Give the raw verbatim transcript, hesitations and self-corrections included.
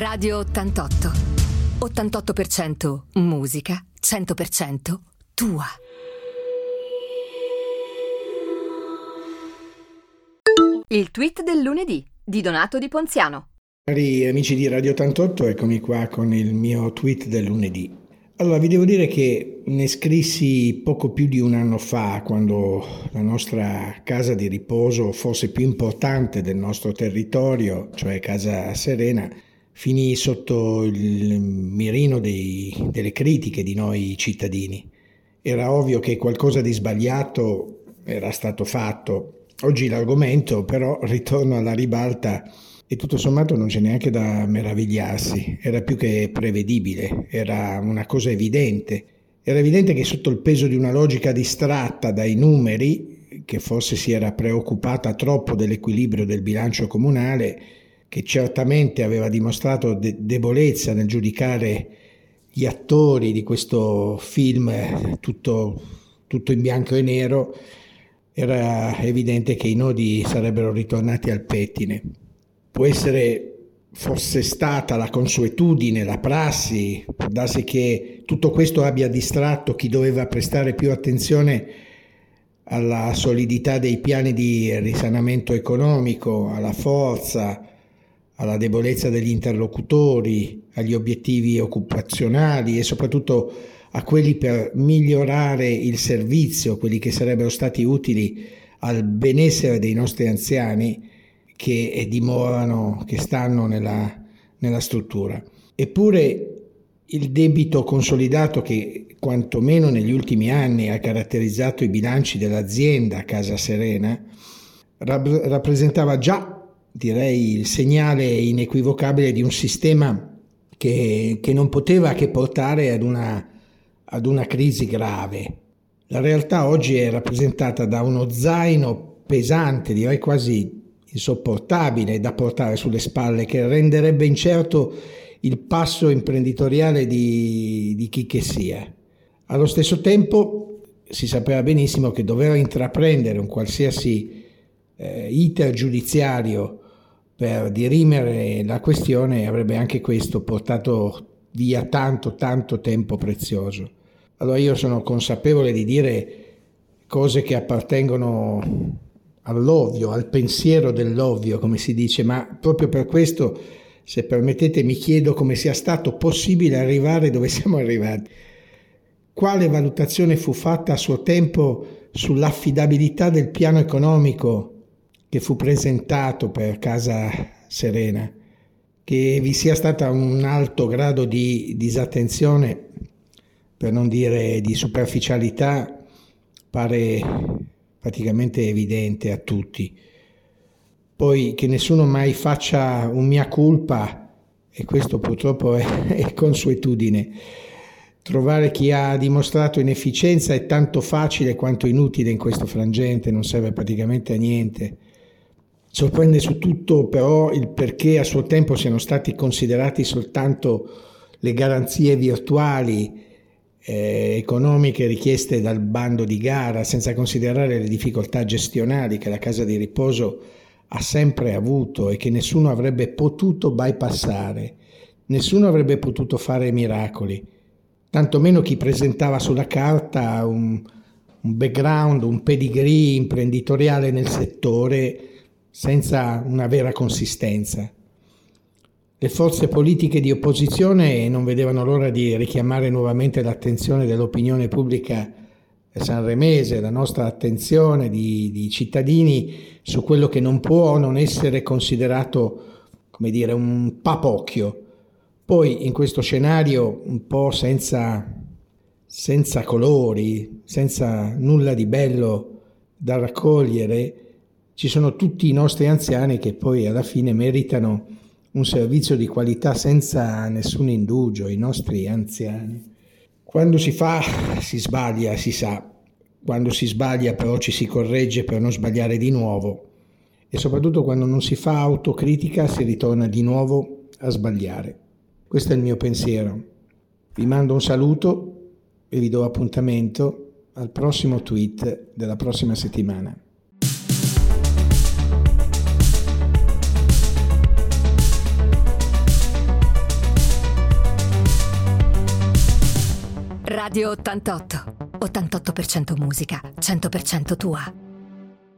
Radio ottantotto. ottantotto per cento musica, cento per cento tua. Il tweet del lunedì di Donato Di Ponziano. Cari amici di Radio ottantotto, eccomi qua con il mio tweet del lunedì. Allora, vi devo dire che ne scrissi poco più di un anno fa, quando la nostra casa di riposo, forse più importante del nostro territorio, cioè Casa Serena, finì sotto il mirino dei, delle critiche di noi cittadini. Era ovvio che qualcosa di sbagliato era stato fatto. Oggi l'argomento però ritorna alla ribalta e tutto sommato non c'è neanche da meravigliarsi, era più che prevedibile, era una cosa evidente. Era evidente che sotto il peso di una logica distratta dai numeri, che forse si era preoccupata troppo dell'equilibrio del bilancio comunale, che certamente aveva dimostrato de- debolezza nel giudicare gli attori di questo film tutto, tutto in bianco e nero, era evidente che i nodi sarebbero ritornati al pettine. Può essere fosse stata la consuetudine, la prassi, può darsi che tutto questo abbia distratto chi doveva prestare più attenzione alla solidità dei piani di risanamento economico, alla forza, alla debolezza degli interlocutori, agli obiettivi occupazionali e soprattutto a quelli per migliorare il servizio, quelli che sarebbero stati utili al benessere dei nostri anziani che dimorano, che stanno nella, nella struttura. Eppure il debito consolidato che quantomeno negli ultimi anni ha caratterizzato i bilanci dell'azienda Casa Serena rap- rappresentava già, direi, il segnale inequivocabile di un sistema che, che non poteva che portare ad una, ad una crisi grave. La realtà oggi è rappresentata da uno zaino pesante, direi quasi insopportabile da portare sulle spalle, che renderebbe incerto il passo imprenditoriale di, di chi che sia. Allo stesso tempo si sapeva benissimo che dover intraprendere un qualsiasi eh, iter giudiziario per dirimere la questione avrebbe anche questo portato via tanto tanto tempo prezioso. Allora io sono consapevole di dire cose che appartengono all'ovvio, al pensiero dell'ovvio, come si dice, ma proprio per questo, se permettete, mi chiedo come sia stato possibile arrivare dove siamo arrivati. Quale valutazione fu fatta a suo tempo sull'affidabilità del piano economico che fu presentato per Casa Serena? Che vi sia stata un alto grado di disattenzione, per non dire di superficialità, pare praticamente evidente a tutti. Poi che nessuno mai faccia un mea culpa, e questo purtroppo è, è consuetudine. Trovare chi ha dimostrato inefficienza è tanto facile quanto inutile in questo frangente, non serve praticamente a niente. Sorprende su tutto però il perché a suo tempo siano stati considerati soltanto le garanzie virtuali Eh, economiche richieste dal bando di gara, senza considerare le difficoltà gestionali che la casa di riposo ha sempre avuto e che nessuno avrebbe potuto bypassare, nessuno avrebbe potuto fare miracoli, tantomeno chi presentava sulla carta un, un background, un pedigree imprenditoriale nel settore senza una vera consistenza. Le forze politiche di opposizione non vedevano l'ora di richiamare nuovamente l'attenzione dell'opinione pubblica sanremese, la nostra attenzione di, di cittadini su quello che non può non essere considerato, come dire, un papocchio. Poi in questo scenario un po' senza, senza colori, senza nulla di bello da raccogliere, ci sono tutti i nostri anziani che poi alla fine meritano un servizio di qualità senza nessun indugio, i nostri anziani. Quando si fa, si sbaglia, si sa. Quando si sbaglia però ci si corregge per non sbagliare di nuovo. E soprattutto quando non si fa autocritica si ritorna di nuovo a sbagliare. Questo è il mio pensiero. Vi mando un saluto e vi do appuntamento al prossimo tweet della prossima settimana. Radio ottantotto. ottantotto per cento musica, cento per cento tua.